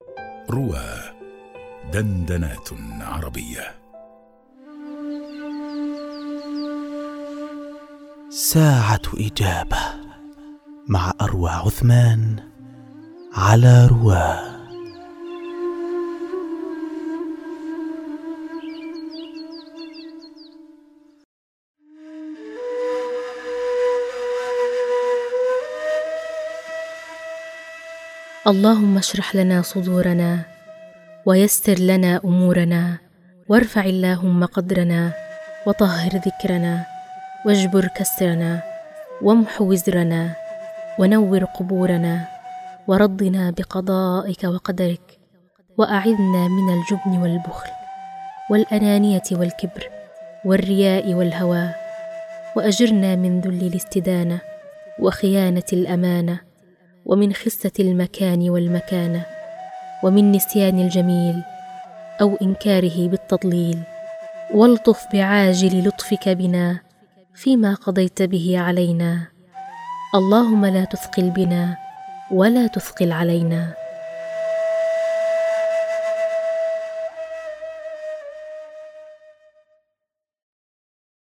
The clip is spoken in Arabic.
روى دندنات عربية. ساعة إجابة مع أروى عثمان على رواه. اللهم اشرح لنا صدورنا ويسر لنا أمورنا، وارفع اللهم قدرنا، وطهر ذكرنا، واجبر كسرنا، وامح وزرنا، ونور قبورنا، ورضنا بقضائك وقدرك، وأعذنا من الجبن والبخل والأنانية والكبر والرياء والهوى، وأجرنا من ذل الاستدانة وخيانة الأمانة، ومن خسة المكان والمكانة، ومن نسيان الجميل أو إنكاره بالتضليل. والطف بعاجل لطفك بنا فيما قضيت به علينا. اللهم لا تثقل بنا ولا تثقل علينا.